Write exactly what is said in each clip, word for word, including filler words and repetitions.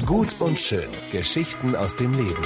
Gut und schön. Geschichten aus dem Leben.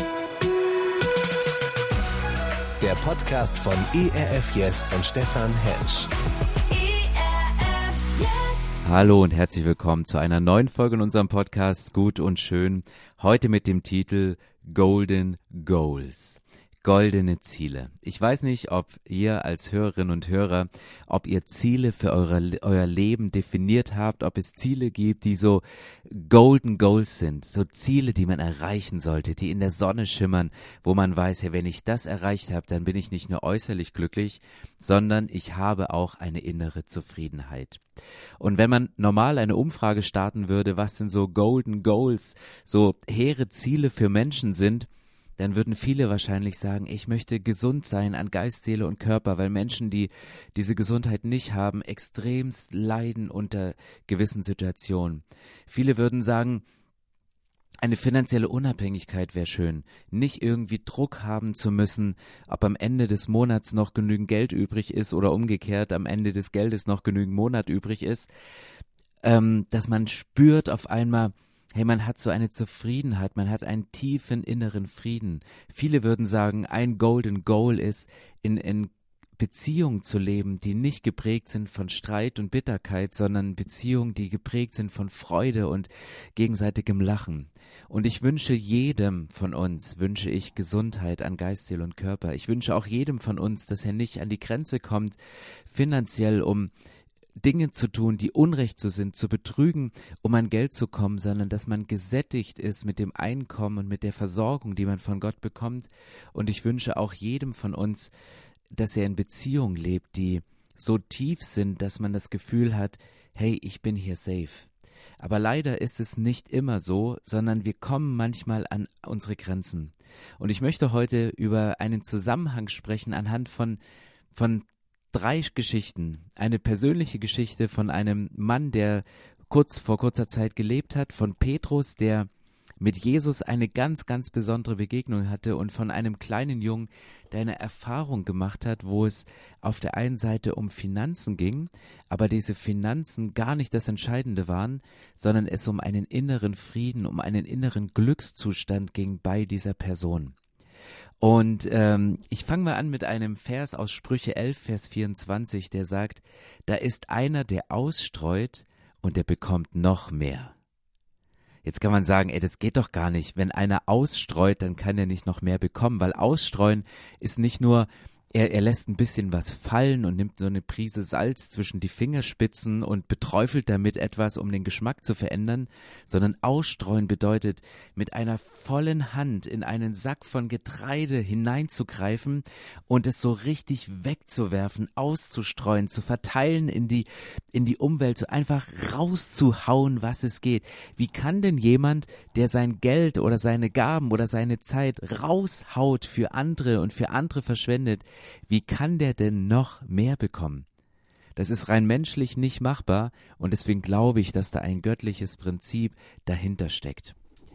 Der Podcast von E R F Yes und Stefan Hensch. E R F Yes. Hallo und herzlich willkommen zu einer neuen Folge in unserem Podcast Gut und schön. Heute mit dem Titel Golden Goals. Goldene Ziele. Ich weiß nicht, ob ihr als Hörerinnen und Hörer, ob ihr Ziele für eure, euer Leben definiert habt, ob es Ziele gibt, die so Golden Goals sind, so Ziele, die man erreichen sollte, die in der Sonne schimmern, wo man weiß, hey, wenn ich das erreicht habe, dann bin ich nicht nur äußerlich glücklich, sondern ich habe auch eine innere Zufriedenheit. Und wenn man normal eine Umfrage starten würde, was denn so Golden Goals, so hehre Ziele für Menschen sind, dann würden viele wahrscheinlich sagen, ich möchte gesund sein an Geist, Seele und Körper, weil Menschen, die diese Gesundheit nicht haben, extremst leiden unter gewissen Situationen. Viele würden sagen, eine finanzielle Unabhängigkeit wäre schön, nicht irgendwie Druck haben zu müssen, ob am Ende des Monats noch genügend Geld übrig ist oder umgekehrt am Ende des Geldes noch genügend Monat übrig ist, ähm, dass man spürt auf einmal, hey, man hat so eine Zufriedenheit, man hat einen tiefen inneren Frieden. Viele würden sagen, ein Golden Goal ist, in, in Beziehungen zu leben, die nicht geprägt sind von Streit und Bitterkeit, sondern Beziehungen, die geprägt sind von Freude und gegenseitigem Lachen. Und ich wünsche jedem von uns, wünsche ich Gesundheit an Geist, Seele und Körper. Ich wünsche auch jedem von uns, dass er nicht an die Grenze kommt, finanziell um Dinge zu tun, die Unrecht so sind, zu betrügen, um an Geld zu kommen, sondern dass man gesättigt ist mit dem Einkommen und mit der Versorgung, die man von Gott bekommt. Und ich wünsche auch jedem von uns, dass er in Beziehungen lebt, die so tief sind, dass man das Gefühl hat, hey, ich bin hier safe. Aber leider ist es nicht immer so, sondern wir kommen manchmal an unsere Grenzen. Und ich möchte heute über einen Zusammenhang sprechen anhand von, von drei Geschichten. Eine persönliche Geschichte von einem Mann, der kurz vor kurzer Zeit gelebt hat, von Petrus, der mit Jesus eine ganz, ganz besondere Begegnung hatte, und von einem kleinen Jungen, der eine Erfahrung gemacht hat, wo es auf der einen Seite um Finanzen ging, aber diese Finanzen gar nicht das Entscheidende waren, sondern es um einen inneren Frieden, um einen inneren Glückszustand ging bei dieser Person. Und ähm, ich fange mal an mit einem Vers aus Sprüche elf, Vers vierundzwanzig, der sagt, da ist einer, der ausstreut und der bekommt noch mehr. Jetzt kann man sagen, ey, das geht doch gar nicht. Wenn einer ausstreut, dann kann er nicht noch mehr bekommen, weil ausstreuen ist nicht nur, er, er lässt ein bisschen was fallen und nimmt so eine Prise Salz zwischen die Fingerspitzen und beträufelt damit etwas, um den Geschmack zu verändern, sondern ausstreuen bedeutet, mit einer vollen Hand in einen Sack von Getreide hineinzugreifen und es so richtig wegzuwerfen, auszustreuen, zu verteilen in die, in die Umwelt, so einfach rauszuhauen, was es geht. Wie kann denn jemand, der sein Geld oder seine Gaben oder seine Zeit raushaut für andere und für andere verschwendet, wie kann der denn noch mehr bekommen? Das ist rein menschlich nicht machbar, und deswegen glaube ich, dass da ein göttliches Prinzip dahinter steckt.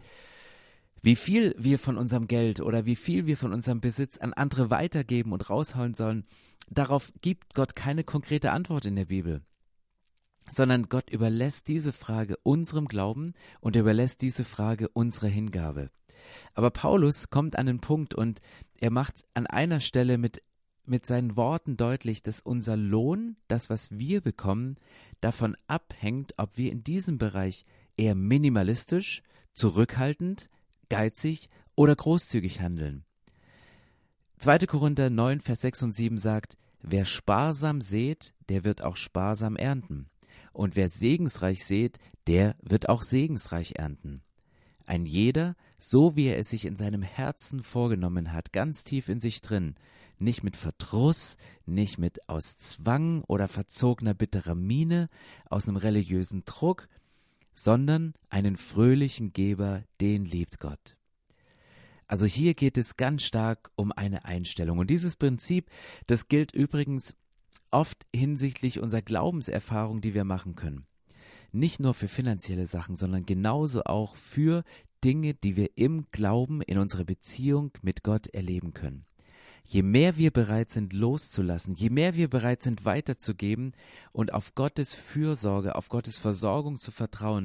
Wie viel wir von unserem Geld oder wie viel wir von unserem Besitz an andere weitergeben und raushauen sollen, darauf gibt Gott keine konkrete Antwort in der Bibel, sondern Gott überlässt diese Frage unserem Glauben und überlässt diese Frage unserer Hingabe. Aber Paulus kommt an den Punkt und er macht an einer Stelle mit mit seinen Worten deutlich, dass unser Lohn, das, was wir bekommen, davon abhängt, ob wir in diesem Bereich eher minimalistisch, zurückhaltend, geizig oder großzügig handeln. zweiter Korinther neun, Vers sechs und sieben sagt, wer sparsam sät, der wird auch sparsam ernten. Und wer segensreich sät, der wird auch segensreich ernten. Ein jeder, so wie er es sich in seinem Herzen vorgenommen hat, ganz tief in sich drin, nicht mit Verdruss, nicht mit aus Zwang oder verzogener bitterer Miene, aus einem religiösen Druck, sondern einen fröhlichen Geber, den liebt Gott. Also hier geht es ganz stark um eine Einstellung. Und dieses Prinzip, das gilt übrigens oft hinsichtlich unserer Glaubenserfahrung, die wir machen können. Nicht nur für finanzielle Sachen, sondern genauso auch für Dinge, die wir im Glauben in unserer Beziehung mit Gott erleben können. Je mehr wir bereit sind loszulassen, je mehr wir bereit sind weiterzugeben und auf Gottes Fürsorge, auf Gottes Versorgung zu vertrauen,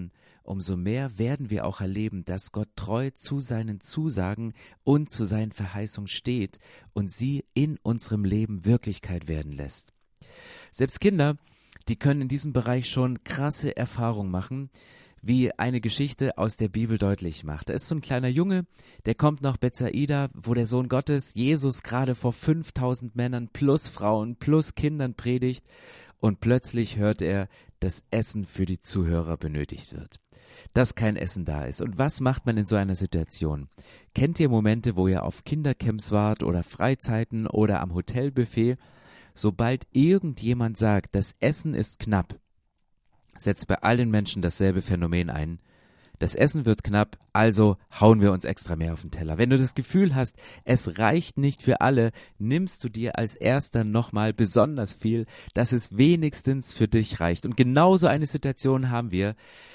umso mehr werden wir auch erleben, dass Gott treu zu seinen Zusagen und zu seinen Verheißungen steht und sie in unserem Leben Wirklichkeit werden lässt. Selbst Kinder, die können in diesem Bereich schon krasse Erfahrungen machen, wie eine Geschichte aus der Bibel deutlich macht. Da ist so ein kleiner Junge, der kommt nach Bethsaida, wo der Sohn Gottes, Jesus, gerade vor fünftausend Männern plus Frauen plus Kindern predigt, und plötzlich hört er, dass Essen für die Zuhörer benötigt wird, dass kein Essen da ist. Und was macht man in so einer Situation? Kennt ihr Momente, wo ihr auf Kindercamps wart oder Freizeiten oder am Hotelbuffet? Sobald irgendjemand sagt, das Essen ist knapp, setzt bei allen Menschen dasselbe Phänomen ein. Das Essen wird knapp, also hauen wir uns extra mehr auf den Teller. Wenn du das Gefühl hast, es reicht nicht für alle, nimmst du dir als Erster nochmal besonders viel, dass es wenigstens für dich reicht. Und genauso eine Situation haben wir.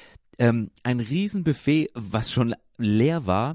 Ähm, ein Riesenbuffet, was schon leer war.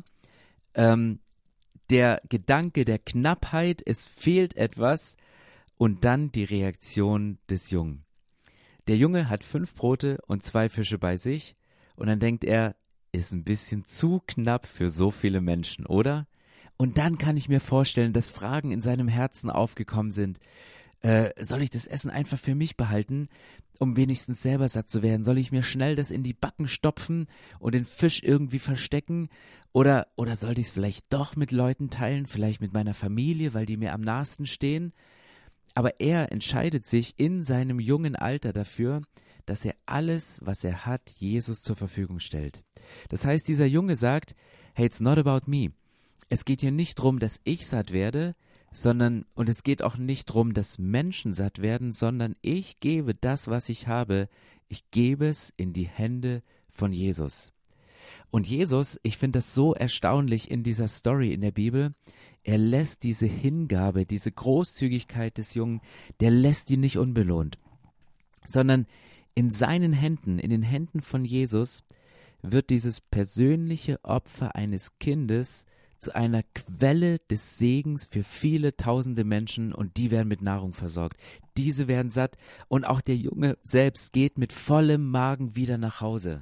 Ähm, der Gedanke der Knappheit, es fehlt etwas. Und dann die Reaktion des Jungen. Der Junge hat fünf Brote und zwei Fische bei sich und dann denkt er, ist ein bisschen zu knapp für so viele Menschen, oder? Und dann kann ich mir vorstellen, dass Fragen in seinem Herzen aufgekommen sind. Äh, soll ich das Essen einfach für mich behalten, um wenigstens selber satt zu werden? Soll ich mir schnell das in die Backen stopfen und den Fisch irgendwie verstecken? Oder, oder sollte ich es vielleicht doch mit Leuten teilen, vielleicht mit meiner Familie, weil die mir am nahesten stehen? Aber er entscheidet sich in seinem jungen Alter dafür, dass er alles, was er hat, Jesus zur Verfügung stellt. Das heißt, dieser Junge sagt, hey, it's not about me. Es geht hier nicht darum, dass ich satt werde, sondern, und es geht auch nicht darum, dass Menschen satt werden, sondern ich gebe das, was ich habe, ich gebe es in die Hände von Jesus. Und Jesus, ich finde das so erstaunlich in dieser Story in der Bibel, er lässt diese Hingabe, diese Großzügigkeit des Jungen, der lässt die nicht unbelohnt, sondern in seinen Händen, in den Händen von Jesus, wird dieses persönliche Opfer eines Kindes zu einer Quelle des Segens für viele tausende Menschen und die werden mit Nahrung versorgt. Diese werden satt und auch der Junge selbst geht mit vollem Magen wieder nach Hause.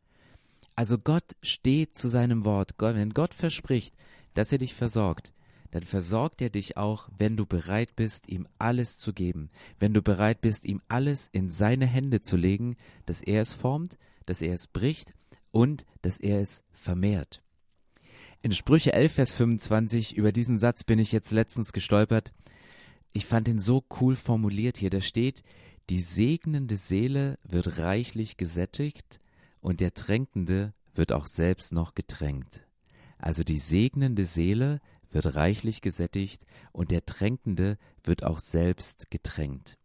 Also Gott steht zu seinem Wort. Wenn Gott verspricht, dass er dich versorgt, dann versorgt er dich auch, wenn du bereit bist, ihm alles zu geben. Wenn du bereit bist, ihm alles in seine Hände zu legen, dass er es formt, dass er es bricht und dass er es vermehrt. In Sprüche elf, Vers fünfundzwanzig, über diesen Satz bin ich jetzt letztens gestolpert. Ich fand ihn so cool formuliert hier. Da steht, die segnende Seele wird reichlich gesättigt und der Tränkende wird auch selbst noch getränkt. Also die segnende Seele wird reichlich gesättigt und der Tränkende wird auch selbst getränkt.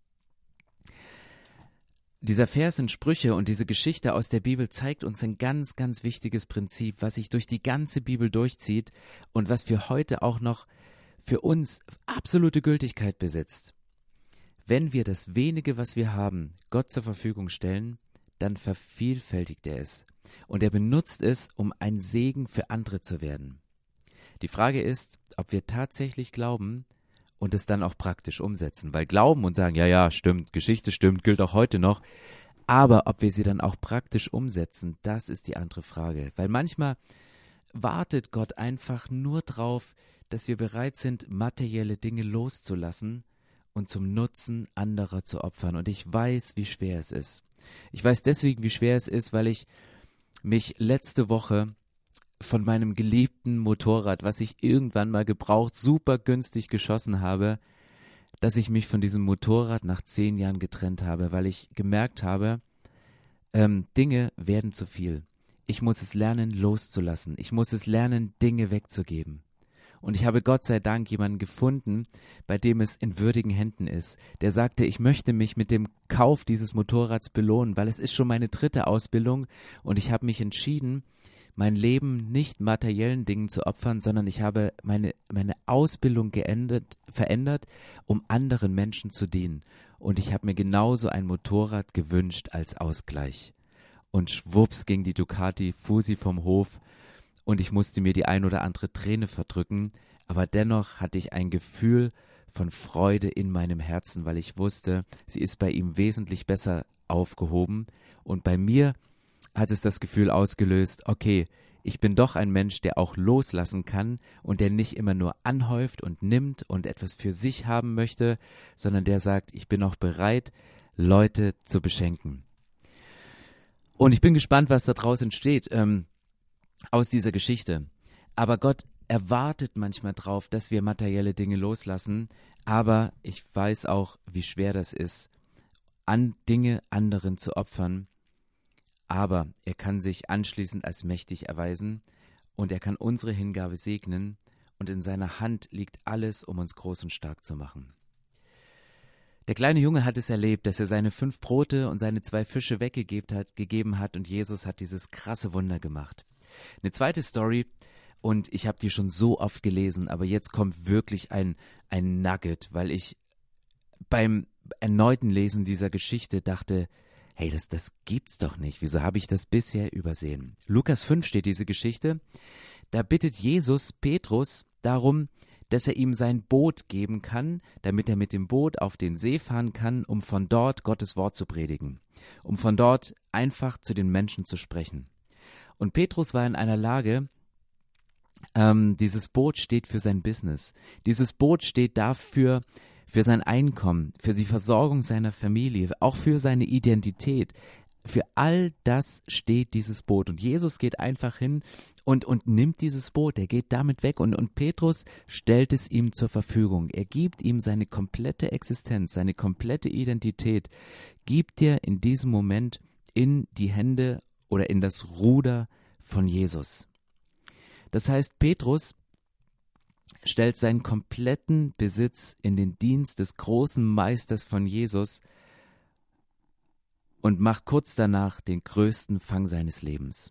Dieser Vers in Sprüche und diese Geschichte aus der Bibel zeigt uns ein ganz, ganz wichtiges Prinzip, was sich durch die ganze Bibel durchzieht und was für heute auch noch für uns absolute Gültigkeit besitzt. Wenn wir das wenige, was wir haben, Gott zur Verfügung stellen, dann vervielfältigt er es und er benutzt es, um ein Segen für andere zu werden. Die Frage ist, ob wir tatsächlich glauben und es dann auch praktisch umsetzen, weil glauben und sagen, ja, ja, stimmt, Geschichte stimmt, gilt auch heute noch, aber ob wir sie dann auch praktisch umsetzen, das ist die andere Frage, weil manchmal wartet Gott einfach nur drauf, dass wir bereit sind, materielle Dinge loszulassen und zum Nutzen anderer zu opfern und ich weiß, wie schwer es ist. Ich weiß deswegen, wie schwer es ist, weil ich mich letzte Woche von meinem geliebten Motorrad, was ich irgendwann mal gebraucht, super günstig geschossen habe, dass ich mich von diesem Motorrad nach zehn Jahren getrennt habe, weil ich gemerkt habe, ähm, Dinge werden zu viel. Ich muss es lernen, loszulassen. Ich muss es lernen, Dinge wegzugeben. Und ich habe Gott sei Dank jemanden gefunden, bei dem es in würdigen Händen ist. Der sagte, ich möchte mich mit dem Kauf dieses Motorrads belohnen, weil es ist schon meine dritte Ausbildung und ich habe mich entschieden, mein Leben nicht materiellen Dingen zu opfern, sondern ich habe meine, meine Ausbildung geändert, verändert, um anderen Menschen zu dienen. Und ich habe mir genauso ein Motorrad gewünscht als Ausgleich. Und schwupps ging die Ducati Fusi vom Hof und ich musste mir die ein oder andere Träne verdrücken, aber dennoch hatte ich ein Gefühl von Freude in meinem Herzen, weil ich wusste, sie ist bei ihm wesentlich besser aufgehoben und bei mir hat es das Gefühl ausgelöst, okay, ich bin doch ein Mensch, der auch loslassen kann und der nicht immer nur anhäuft und nimmt und etwas für sich haben möchte, sondern der sagt, ich bin auch bereit, Leute zu beschenken. Und ich bin gespannt, was da draus entsteht ähm, aus dieser Geschichte. Aber Gott erwartet manchmal drauf, dass wir materielle Dinge loslassen, aber ich weiß auch, wie schwer das ist, an Dinge anderen zu opfern. Aber er kann sich anschließend als mächtig erweisen und er kann unsere Hingabe segnen und in seiner Hand liegt alles, um uns groß und stark zu machen. Der kleine Junge hat es erlebt, dass er seine fünf Brote und seine zwei Fische weggegeben hat, gegeben hat und Jesus hat dieses krasse Wunder gemacht. Eine zweite Story, und ich habe die schon so oft gelesen, aber jetzt kommt wirklich ein, ein Nugget, weil ich beim erneuten Lesen dieser Geschichte dachte, hey, das, das gibt's doch nicht. Wieso habe ich das bisher übersehen? Lukas fünf steht diese Geschichte. Da bittet Jesus Petrus darum, dass er ihm sein Boot geben kann, damit er mit dem Boot auf den See fahren kann, um von dort Gottes Wort zu predigen, um von dort einfach zu den Menschen zu sprechen. Und Petrus war in einer Lage, ähm, dieses Boot steht für sein Business. Dieses Boot steht dafür, für sein Einkommen, für die Versorgung seiner Familie, auch für seine Identität. Für all das steht dieses Boot. Und Jesus geht einfach hin und, und nimmt dieses Boot. Er geht damit weg und, und Petrus stellt es ihm zur Verfügung. Er gibt ihm seine komplette Existenz, seine komplette Identität, gibt er in diesem Moment in die Hände oder in das Ruder von Jesus. Das heißt, Petrus stellt seinen kompletten Besitz in den Dienst des großen Meisters von Jesus und macht kurz danach den größten Fang seines Lebens.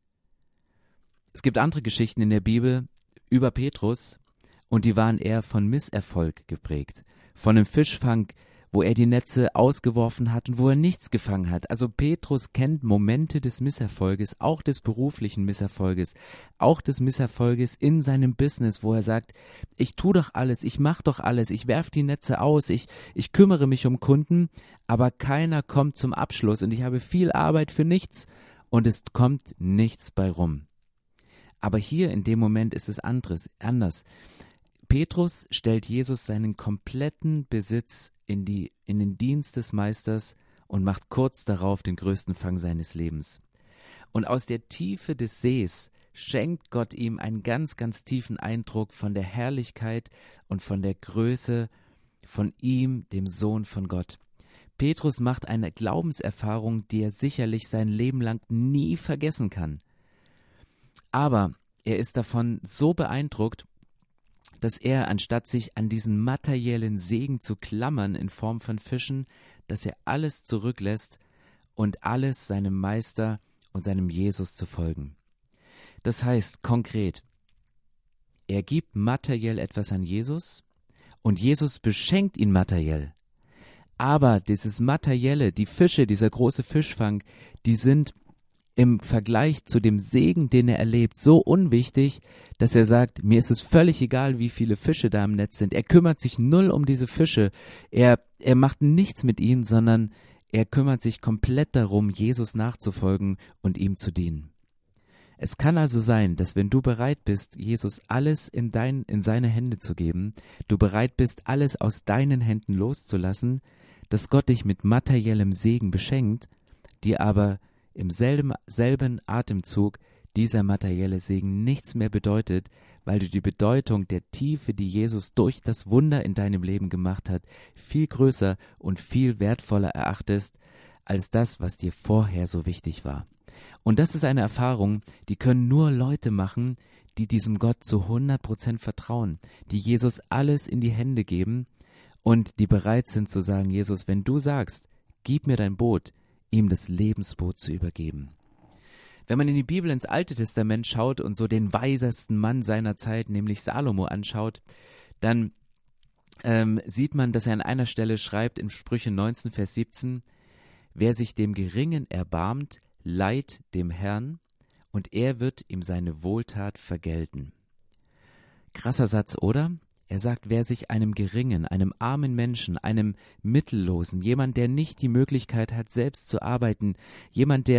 Es gibt andere Geschichten in der Bibel über Petrus und die waren eher von Misserfolg geprägt, von einem Fischfang, wo er die Netze ausgeworfen hat und wo er nichts gefangen hat. Also Petrus kennt Momente des Misserfolges, auch des beruflichen Misserfolges, auch des Misserfolges in seinem Business, wo er sagt, ich tue doch alles, ich mache doch alles, ich werfe die Netze aus, ich, ich kümmere mich um Kunden, aber keiner kommt zum Abschluss und ich habe viel Arbeit für nichts und es kommt nichts bei rum. Aber hier in dem Moment ist es anderes, anders. Petrus stellt Jesus seinen kompletten Besitz in, die, in den Dienst des Meisters und macht kurz darauf den größten Fang seines Lebens. Und aus der Tiefe des Sees schenkt Gott ihm einen ganz, ganz tiefen Eindruck von der Herrlichkeit und von der Größe von ihm, dem Sohn von Gott. Petrus macht eine Glaubenserfahrung, die er sicherlich sein Leben lang nie vergessen kann. Aber er ist davon so beeindruckt, dass er, anstatt sich an diesen materiellen Segen zu klammern in Form von Fischen, dass er alles zurücklässt und alles seinem Meister und seinem Jesus zu folgen. Das heißt konkret, er gibt materiell etwas an Jesus und Jesus beschenkt ihn materiell. Aber dieses Materielle, die Fische, dieser große Fischfang, die sind im Vergleich zu dem Segen, den er erlebt, so unwichtig, dass er sagt, mir ist es völlig egal, wie viele Fische da im Netz sind. Er kümmert sich null um diese Fische. Er, er macht nichts mit ihnen, sondern er kümmert sich komplett darum, Jesus nachzufolgen und ihm zu dienen. Es kann also sein, dass wenn du bereit bist, Jesus alles in, dein, in seine Hände zu geben, du bereit bist, alles aus deinen Händen loszulassen, dass Gott dich mit materiellem Segen beschenkt, dir aber im selben, selben Atemzug dieser materielle Segen nichts mehr bedeutet, weil du die Bedeutung der Tiefe, die Jesus durch das Wunder in deinem Leben gemacht hat, viel größer und viel wertvoller erachtest, als das, was dir vorher so wichtig war. Und das ist eine Erfahrung, die können nur Leute machen, die diesem Gott zu hundert Prozent vertrauen, die Jesus alles in die Hände geben und die bereit sind zu sagen, Jesus, wenn du sagst, gib mir dein Boot, ihm das Lebensboot zu übergeben. Wenn man in die Bibel ins Alte Testament schaut und so den weisesten Mann seiner Zeit, nämlich Salomo, anschaut, dann ähm, sieht man, dass er an einer Stelle schreibt, in Sprüche neunzehn, Vers siebzehn, wer sich dem Geringen erbarmt, leiht dem Herrn, und er wird ihm seine Wohltat vergelten. Krasser Satz, oder? Er sagt, wer sich einem Geringen, einem armen Menschen, einem Mittellosen, jemand, der nicht die Möglichkeit hat, selbst zu arbeiten, jemand, der,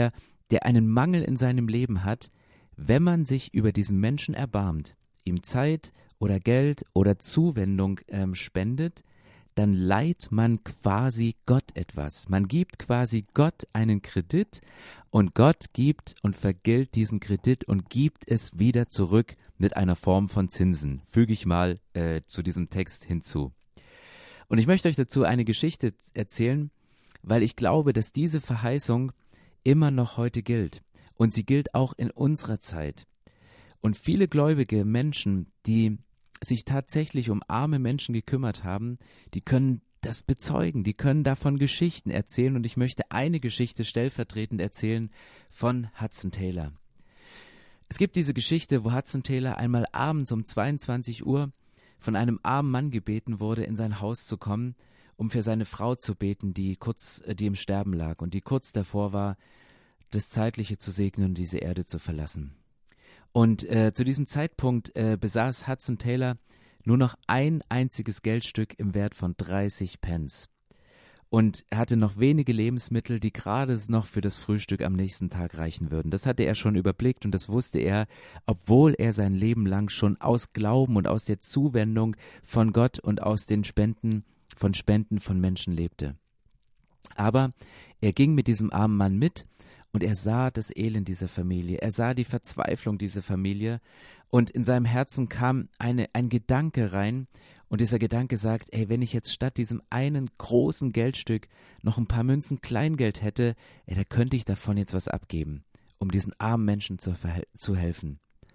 der einen Mangel in seinem Leben hat, wenn man sich über diesen Menschen erbarmt, ihm Zeit oder Geld oder Zuwendung ähm, spendet, dann leiht man quasi Gott etwas. Man gibt quasi Gott einen Kredit und Gott gibt und vergilt diesen Kredit und gibt es wieder zurück mit einer Form von Zinsen. Füge ich mal äh, zu diesem Text hinzu. Und ich möchte euch dazu eine Geschichte erzählen, weil ich glaube, dass diese Verheißung immer noch heute gilt. Und sie gilt auch in unserer Zeit. Und viele gläubige Menschen, die sich tatsächlich um arme Menschen gekümmert haben, die können das bezeugen, die können davon Geschichten erzählen und ich möchte eine Geschichte stellvertretend erzählen von Hudson Taylor. Es gibt diese Geschichte, wo Hudson Taylor einmal abends um zweiundzwanzig Uhr von einem armen Mann gebeten wurde, in sein Haus zu kommen, um für seine Frau zu beten, die kurz, die im Sterben lag und die kurz davor war, das Zeitliche zu segnen und diese Erde zu verlassen. Und äh, zu diesem Zeitpunkt äh, besaß Hudson Taylor nur noch ein einziges Geldstück im Wert von dreißig Pence. Und er hatte noch wenige Lebensmittel, die gerade noch für das Frühstück am nächsten Tag reichen würden. Das hatte er schon überblickt und das wusste er, obwohl er sein Leben lang schon aus Glauben und aus der Zuwendung von Gott und aus den Spenden, von Spenden von Menschen lebte. Aber er ging mit diesem armen Mann mit und er sah das Elend dieser Familie, er sah die Verzweiflung dieser Familie und in seinem Herzen kam eine, ein Gedanke rein und dieser Gedanke sagt, ey, wenn ich jetzt statt diesem einen großen Geldstück noch ein paar Münzen Kleingeld hätte, ey, da könnte ich davon jetzt was abgeben, um diesen armen Menschen zu, zu helfen.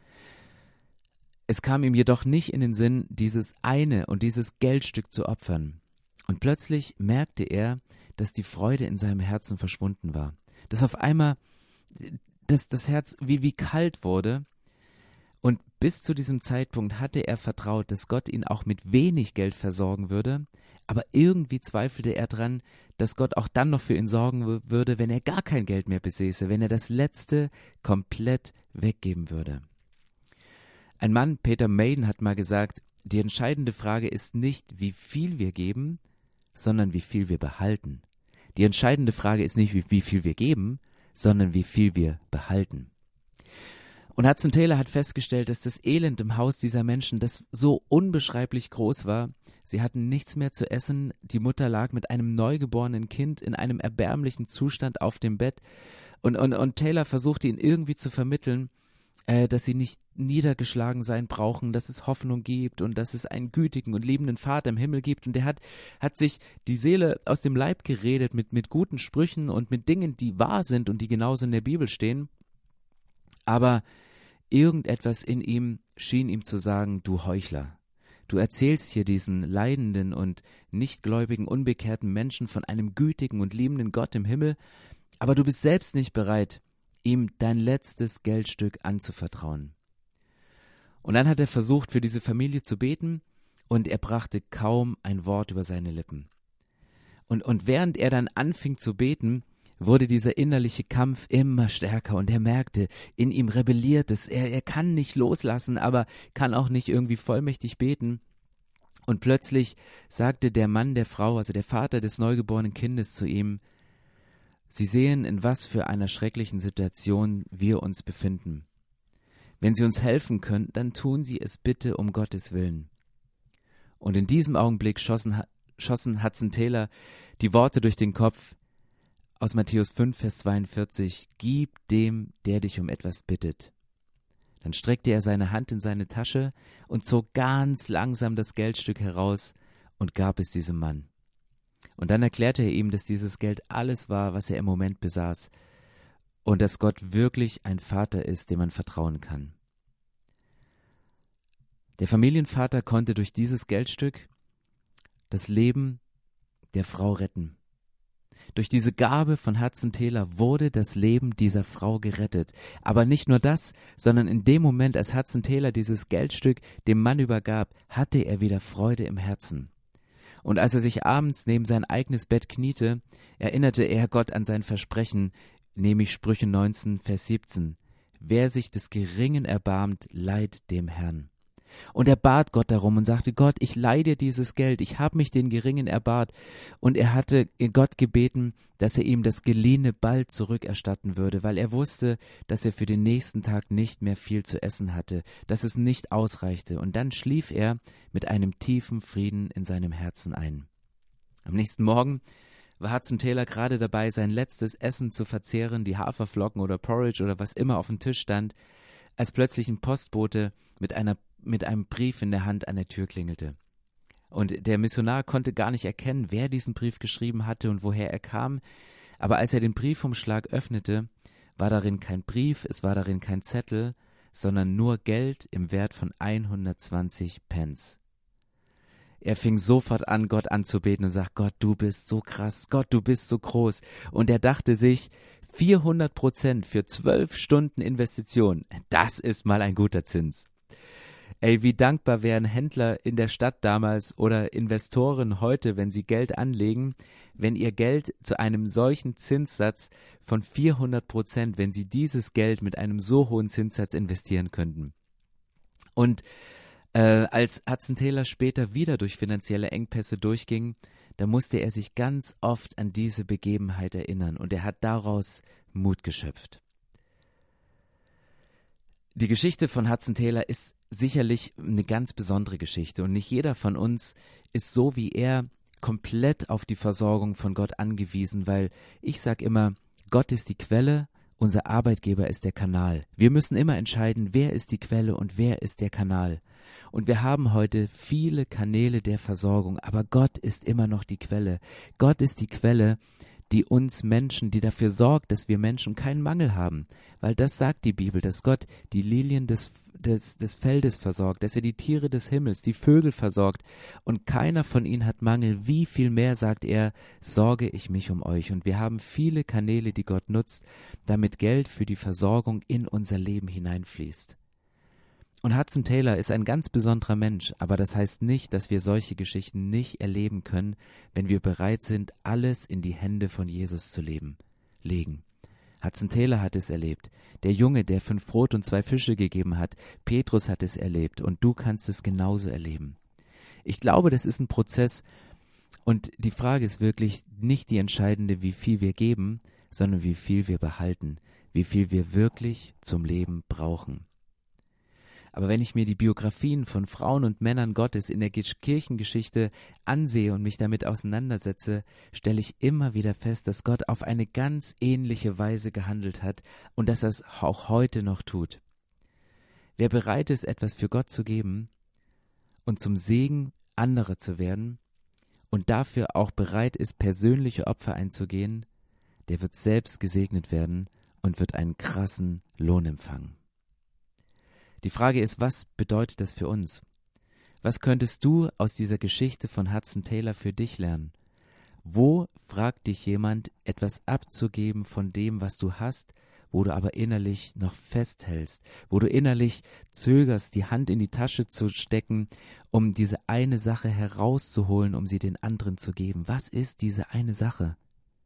Es kam ihm jedoch nicht in den Sinn, dieses eine und dieses Geldstück zu opfern. Und plötzlich merkte er, dass die Freude in seinem Herzen verschwunden war. Dass auf einmal dass das Herz wie, wie kalt wurde und bis zu diesem Zeitpunkt hatte er vertraut, dass Gott ihn auch mit wenig Geld versorgen würde, aber irgendwie zweifelte er dran, dass Gott auch dann noch für ihn sorgen würde, wenn er gar kein Geld mehr besäße, wenn er das Letzte komplett weggeben würde. Ein Mann, Peter Maiden, hat mal gesagt, die entscheidende Frage ist nicht, wie viel wir geben, sondern wie viel wir behalten. Die entscheidende Frage ist nicht, wie, wie viel wir geben, sondern wie viel wir behalten. Und Hudson Taylor hat festgestellt, dass das Elend im Haus dieser Menschen, das so unbeschreiblich groß war. Sie hatten nichts mehr zu essen, die Mutter lag mit einem neugeborenen Kind in einem erbärmlichen Zustand auf dem Bett und, und, und Taylor versuchte ihn irgendwie zu vermitteln, äh, dass sie nicht niedergeschlagen sein brauchen, dass es Hoffnung gibt und dass es einen gütigen und liebenden Vater im Himmel gibt. Und der hat, hat sich die Seele aus dem Leib geredet mit, mit guten Sprüchen und mit Dingen, die wahr sind und die genauso in der Bibel stehen. Aber irgendetwas in ihm schien ihm zu sagen, du Heuchler, du erzählst hier diesen leidenden und nichtgläubigen, unbekehrten Menschen von einem gütigen und liebenden Gott im Himmel, aber du bist selbst nicht bereit, ihm dein letztes Geldstück anzuvertrauen. Und dann hat er versucht, für diese Familie zu beten und er brachte kaum ein Wort über seine Lippen. Und, und während er dann anfing zu beten, wurde dieser innerliche Kampf immer stärker und er merkte, in ihm rebelliert es, er, er kann nicht loslassen, aber kann auch nicht irgendwie vollmächtig beten. Und plötzlich sagte der Mann der Frau, also der Vater des neugeborenen Kindes zu ihm, Sie sehen, in was für einer schrecklichen Situation wir uns befinden. Wenn Sie uns helfen können, dann tun Sie es bitte um Gottes Willen. Und in diesem Augenblick schossen, schossen Hudson Taylor die Worte durch den Kopf aus Matthäus fünf, Vers zweiundvierzig, Gib dem, der dich um etwas bittet. Dann streckte er seine Hand in seine Tasche und zog ganz langsam das Geldstück heraus und gab es diesem Mann. Und dann erklärte er ihm, dass dieses Geld alles war, was er im Moment besaß und dass Gott wirklich ein Vater ist, dem man vertrauen kann. Der Familienvater konnte durch dieses Geldstück das Leben der Frau retten. Durch diese Gabe von Hudson Taylor wurde das Leben dieser Frau gerettet. Aber nicht nur das, sondern in dem Moment, als Hudson Taylor dieses Geldstück dem Mann übergab, hatte er wieder Freude im Herzen. Und als er sich abends neben sein eigenes Bett kniete, erinnerte er Gott an sein Versprechen, nämlich Sprüche neunzehn, Vers siebzehn. Wer sich des Geringen erbarmt, leiht dem Herrn. Und er bat Gott darum und sagte, Gott, ich leihe dir dieses Geld, ich habe mich den Geringen erbarmt. Und er hatte Gott gebeten, dass er ihm das Geliehene bald zurückerstatten würde, weil er wusste, dass er für den nächsten Tag nicht mehr viel zu essen hatte, dass es nicht ausreichte. Und dann schlief er mit einem tiefen Frieden in seinem Herzen ein. Am nächsten Morgen war Hudson Taylor gerade dabei, sein letztes Essen zu verzehren, die Haferflocken oder Porridge oder was immer auf dem Tisch stand, als plötzlich ein Postbote mit einer mit einem Brief in der Hand an der Tür klingelte. Und der Missionar konnte gar nicht erkennen, wer diesen Brief geschrieben hatte und woher er kam, aber als er den Briefumschlag öffnete, war darin kein Brief, es war darin kein Zettel, sondern nur Geld im Wert von hundertzwanzig Pence. Er fing sofort an, Gott anzubeten und sagt, Gott, du bist so krass, Gott, du bist so groß. Und er dachte sich, vierhundert Prozent für zwölf Stunden Investition, das ist mal ein guter Zins. Ey, wie dankbar wären Händler in der Stadt damals oder Investoren heute, wenn sie Geld anlegen, wenn ihr Geld zu einem solchen Zinssatz von vierhundert Prozent, wenn sie dieses Geld mit einem so hohen Zinssatz investieren könnten. Und äh, als Hudson Taylor später wieder durch finanzielle Engpässe durchging, da musste er sich ganz oft an diese Begebenheit erinnern und er hat daraus Mut geschöpft. Die Geschichte von Hudson Taylor ist sicherlich eine ganz besondere Geschichte und nicht jeder von uns ist so wie er komplett auf die Versorgung von Gott angewiesen, weil ich sage immer, Gott ist die Quelle, unser Arbeitgeber ist der Kanal. Wir müssen immer entscheiden, wer ist die Quelle und wer ist der Kanal. Und wir haben heute viele Kanäle der Versorgung, aber Gott ist immer noch die Quelle. Gott ist die Quelle, die uns Menschen, die dafür sorgt, dass wir Menschen keinen Mangel haben. Weil das sagt die Bibel, dass Gott die Lilien des, des, des Feldes versorgt, dass er die Tiere des Himmels, die Vögel versorgt und keiner von ihnen hat Mangel. Wie viel mehr, sagt er, sorge ich mich um euch. Und wir haben viele Kanäle, die Gott nutzt, damit Geld für die Versorgung in unser Leben hineinfließt. Und Hudson Taylor ist ein ganz besonderer Mensch, aber das heißt nicht, dass wir solche Geschichten nicht erleben können, wenn wir bereit sind, alles in die Hände von Jesus zu leben, legen. Hudson Taylor hat es erlebt. Der Junge, der fünf Brot und zwei Fische gegeben hat, Petrus hat es erlebt und du kannst es genauso erleben. Ich glaube, das ist ein Prozess und die Frage ist wirklich nicht die entscheidende, wie viel wir geben, sondern wie viel wir behalten, wie viel wir wirklich zum Leben brauchen. Aber wenn ich mir die Biografien von Frauen und Männern Gottes in der Kirchengeschichte ansehe und mich damit auseinandersetze, stelle ich immer wieder fest, dass Gott auf eine ganz ähnliche Weise gehandelt hat und dass er es auch heute noch tut. Wer bereit ist, etwas für Gott zu geben und zum Segen anderer zu werden und dafür auch bereit ist, persönliche Opfer einzugehen, der wird selbst gesegnet werden und wird einen krassen Lohn empfangen. Die Frage ist, was bedeutet das für uns? Was könntest du aus dieser Geschichte von Hudson Taylor für dich lernen? Wo fragt dich jemand, etwas abzugeben von dem, was du hast, wo du aber innerlich noch festhältst, wo du innerlich zögerst, die Hand in die Tasche zu stecken, um diese eine Sache herauszuholen, um sie den anderen zu geben? Was ist diese eine Sache?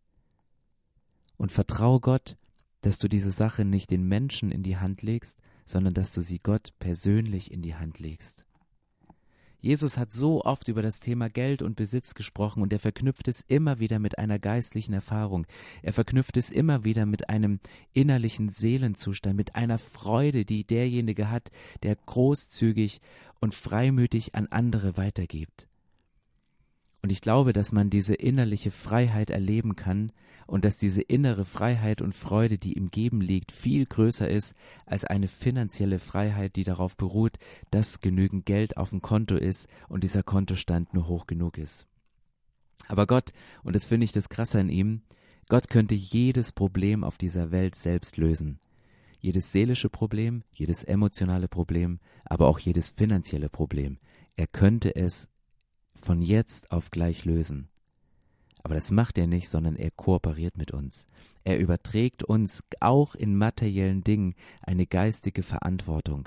Und vertraue Gott, dass du diese Sache nicht den Menschen in die Hand legst, sondern dass du sie Gott persönlich in die Hand legst. Jesus hat so oft über das Thema Geld und Besitz gesprochen und er verknüpft es immer wieder mit einer geistlichen Erfahrung. Er verknüpft es immer wieder mit einem innerlichen Seelenzustand, mit einer Freude, die derjenige hat, der großzügig und freimütig an andere weitergibt. Und ich glaube, dass man diese innerliche Freiheit erleben kann und dass diese innere Freiheit und Freude, die im Geben liegt, viel größer ist als eine finanzielle Freiheit, die darauf beruht, dass genügend Geld auf dem Konto ist und dieser Kontostand nur hoch genug ist. Aber Gott, und das finde ich das Krasse an ihm, Gott könnte jedes Problem auf dieser Welt selbst lösen. Jedes seelische Problem, jedes emotionale Problem, aber auch jedes finanzielle Problem. Er könnte es von jetzt auf gleich lösen. Aber das macht er nicht, sondern er kooperiert mit uns. Er überträgt uns auch in materiellen Dingen eine geistige Verantwortung.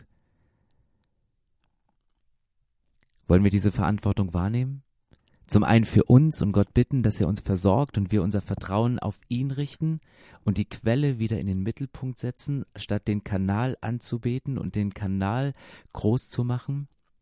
Wollen wir diese Verantwortung wahrnehmen? Zum einen für uns und Gott bitten, dass er uns versorgt und wir unser Vertrauen auf ihn richten und die Quelle wieder in den Mittelpunkt setzen, statt den Kanal anzubeten und den Kanal groß zu machen.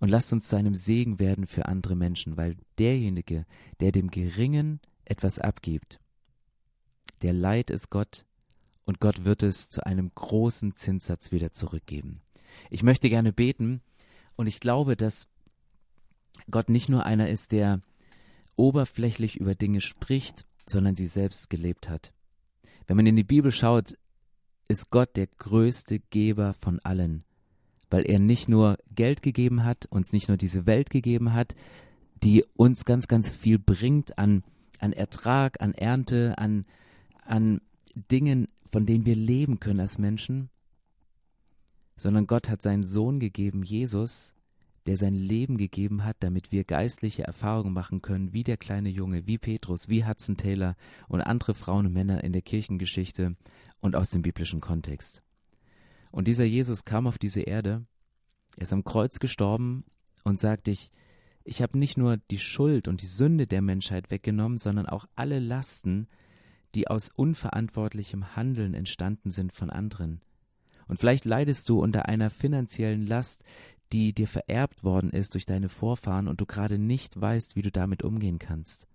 Und lasst uns zu einem Segen werden für andere Menschen, weil derjenige, der dem Geringen etwas abgibt, der leiht es Gott und Gott wird es zu einem großen Zinssatz wieder zurückgeben. Ich möchte gerne beten und ich glaube, dass Gott nicht nur einer ist, der oberflächlich über Dinge spricht, sondern sie selbst gelebt hat. Wenn man in die Bibel schaut, ist Gott der größte Geber von allen, weil er nicht nur Geld gegeben hat, uns nicht nur diese Welt gegeben hat, die uns ganz, ganz viel bringt an, an Ertrag, an Ernte, an, an Dingen, von denen wir leben können als Menschen, sondern Gott hat seinen Sohn gegeben, Jesus, der sein Leben gegeben hat, damit wir geistliche Erfahrungen machen können, wie der kleine Junge, wie Petrus, wie Hudson Taylor und andere Frauen und Männer in der Kirchengeschichte und aus dem biblischen Kontext. Und dieser Jesus kam auf diese Erde, er ist am Kreuz gestorben und sagt, ich, ich habe nicht nur die Schuld und die Sünde der Menschheit weggenommen, sondern auch alle Lasten, die aus unverantwortlichem Handeln entstanden sind von anderen. Und vielleicht leidest du unter einer finanziellen Last, die dir vererbt worden ist durch deine Vorfahren und du gerade nicht weißt, wie du damit umgehen kannst.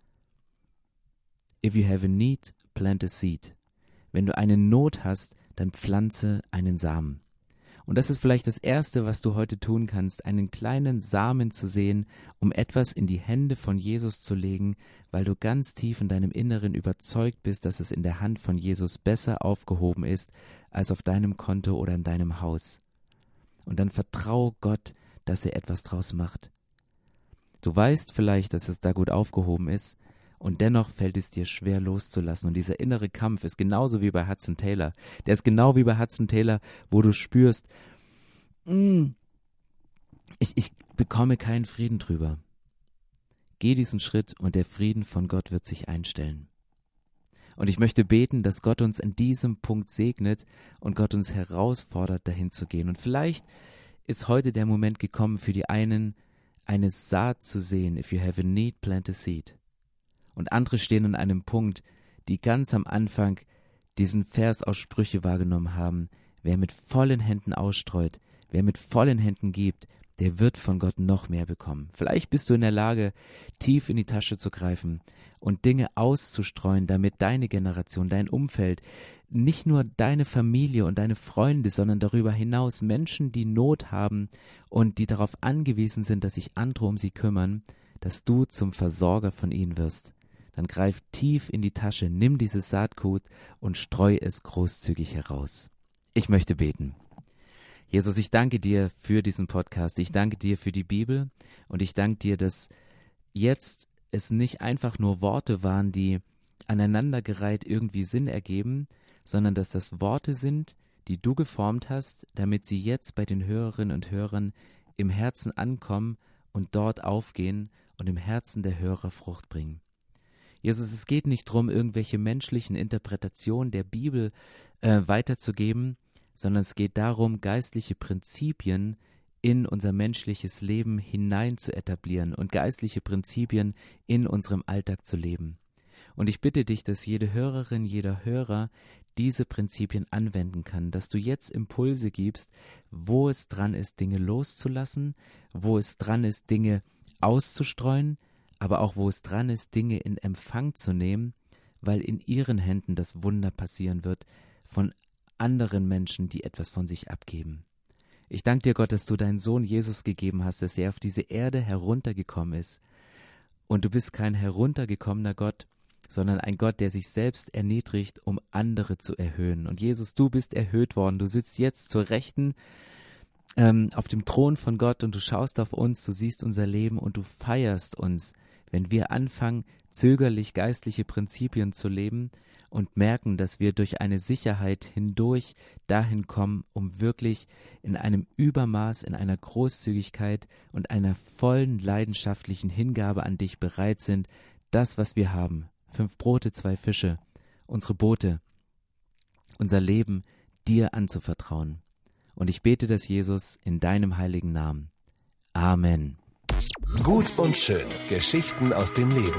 If you have a need, plant a seed. Wenn du eine Not hast, dann pflanze einen Samen. Und das ist vielleicht das Erste, was du heute tun kannst, einen kleinen Samen zu sehen, um etwas in die Hände von Jesus zu legen, weil du ganz tief in deinem Inneren überzeugt bist, dass es in der Hand von Jesus besser aufgehoben ist, als auf deinem Konto oder in deinem Haus. Und dann vertraue Gott, dass er etwas draus macht. Du weißt vielleicht, dass es da gut aufgehoben ist, und dennoch fällt es dir schwer loszulassen. Und dieser innere Kampf ist genauso wie bei Hudson Taylor. Der ist genau wie bei Hudson Taylor, wo du spürst, mm, ich, ich bekomme keinen Frieden drüber. Geh diesen Schritt und der Frieden von Gott wird sich einstellen. Und ich möchte beten, dass Gott uns in diesem Punkt segnet und Gott uns herausfordert, dahin zu gehen. Und vielleicht ist heute der Moment gekommen, für die einen eine Saat zu sehen. If you have a need, plant a seed. Und andere stehen an einem Punkt, die ganz am Anfang diesen Vers aus Sprüche wahrgenommen haben. Wer mit vollen Händen ausstreut, wer mit vollen Händen gibt, der wird von Gott noch mehr bekommen. Vielleicht bist du in der Lage, tief in die Tasche zu greifen und Dinge auszustreuen, damit deine Generation, dein Umfeld, nicht nur deine Familie und deine Freunde, sondern darüber hinaus Menschen, die Not haben und die darauf angewiesen sind, dass sich andere um sie kümmern, dass du zum Versorger von ihnen wirst. Dann greif tief in die Tasche, nimm dieses Saatgut und streu es großzügig heraus. Ich möchte beten. Jesus, ich danke dir für diesen Podcast. Ich danke dir für die Bibel und ich danke dir, dass jetzt es nicht einfach nur Worte waren, die aneinandergereiht irgendwie Sinn ergeben, sondern dass das Worte sind, die du geformt hast, damit sie jetzt bei den Hörerinnen und Hörern im Herzen ankommen und dort aufgehen und im Herzen der Hörer Frucht bringen. Jesus, es geht nicht darum, irgendwelche menschlichen Interpretationen der Bibel äh, weiterzugeben, sondern es geht darum, geistliche Prinzipien in unser menschliches Leben hinein zu etablieren und geistliche Prinzipien in unserem Alltag zu leben. Und ich bitte dich, dass jede Hörerin, jeder Hörer diese Prinzipien anwenden kann, dass du jetzt Impulse gibst, wo es dran ist, Dinge loszulassen, wo es dran ist, Dinge auszustreuen, aber auch wo es dran ist, Dinge in Empfang zu nehmen, weil in ihren Händen das Wunder passieren wird von anderen Menschen, die etwas von sich abgeben. Ich danke dir, Gott, dass du deinen Sohn Jesus gegeben hast, dass er auf diese Erde heruntergekommen ist. Und du bist kein heruntergekommener Gott, sondern ein Gott, der sich selbst erniedrigt, um andere zu erhöhen. Und Jesus, du bist erhöht worden. Du sitzt jetzt zur Rechten ähm, auf dem Thron von Gott und du schaust auf uns, du siehst unser Leben und du feierst uns, wenn wir anfangen, zögerlich geistliche Prinzipien zu leben und merken, dass wir durch eine Sicherheit hindurch dahin kommen, um wirklich in einem Übermaß, in einer Großzügigkeit und einer vollen leidenschaftlichen Hingabe an dich bereit sind, das, was wir haben, fünf Brote, zwei Fische, unsere Boote, unser Leben dir anzuvertrauen. Und ich bete das, Jesus, in deinem heiligen Namen. Amen. Gut und schön. Geschichten aus dem Leben.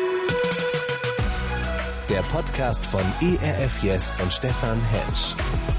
Der Podcast von E R F Yes und Stefan Hensch.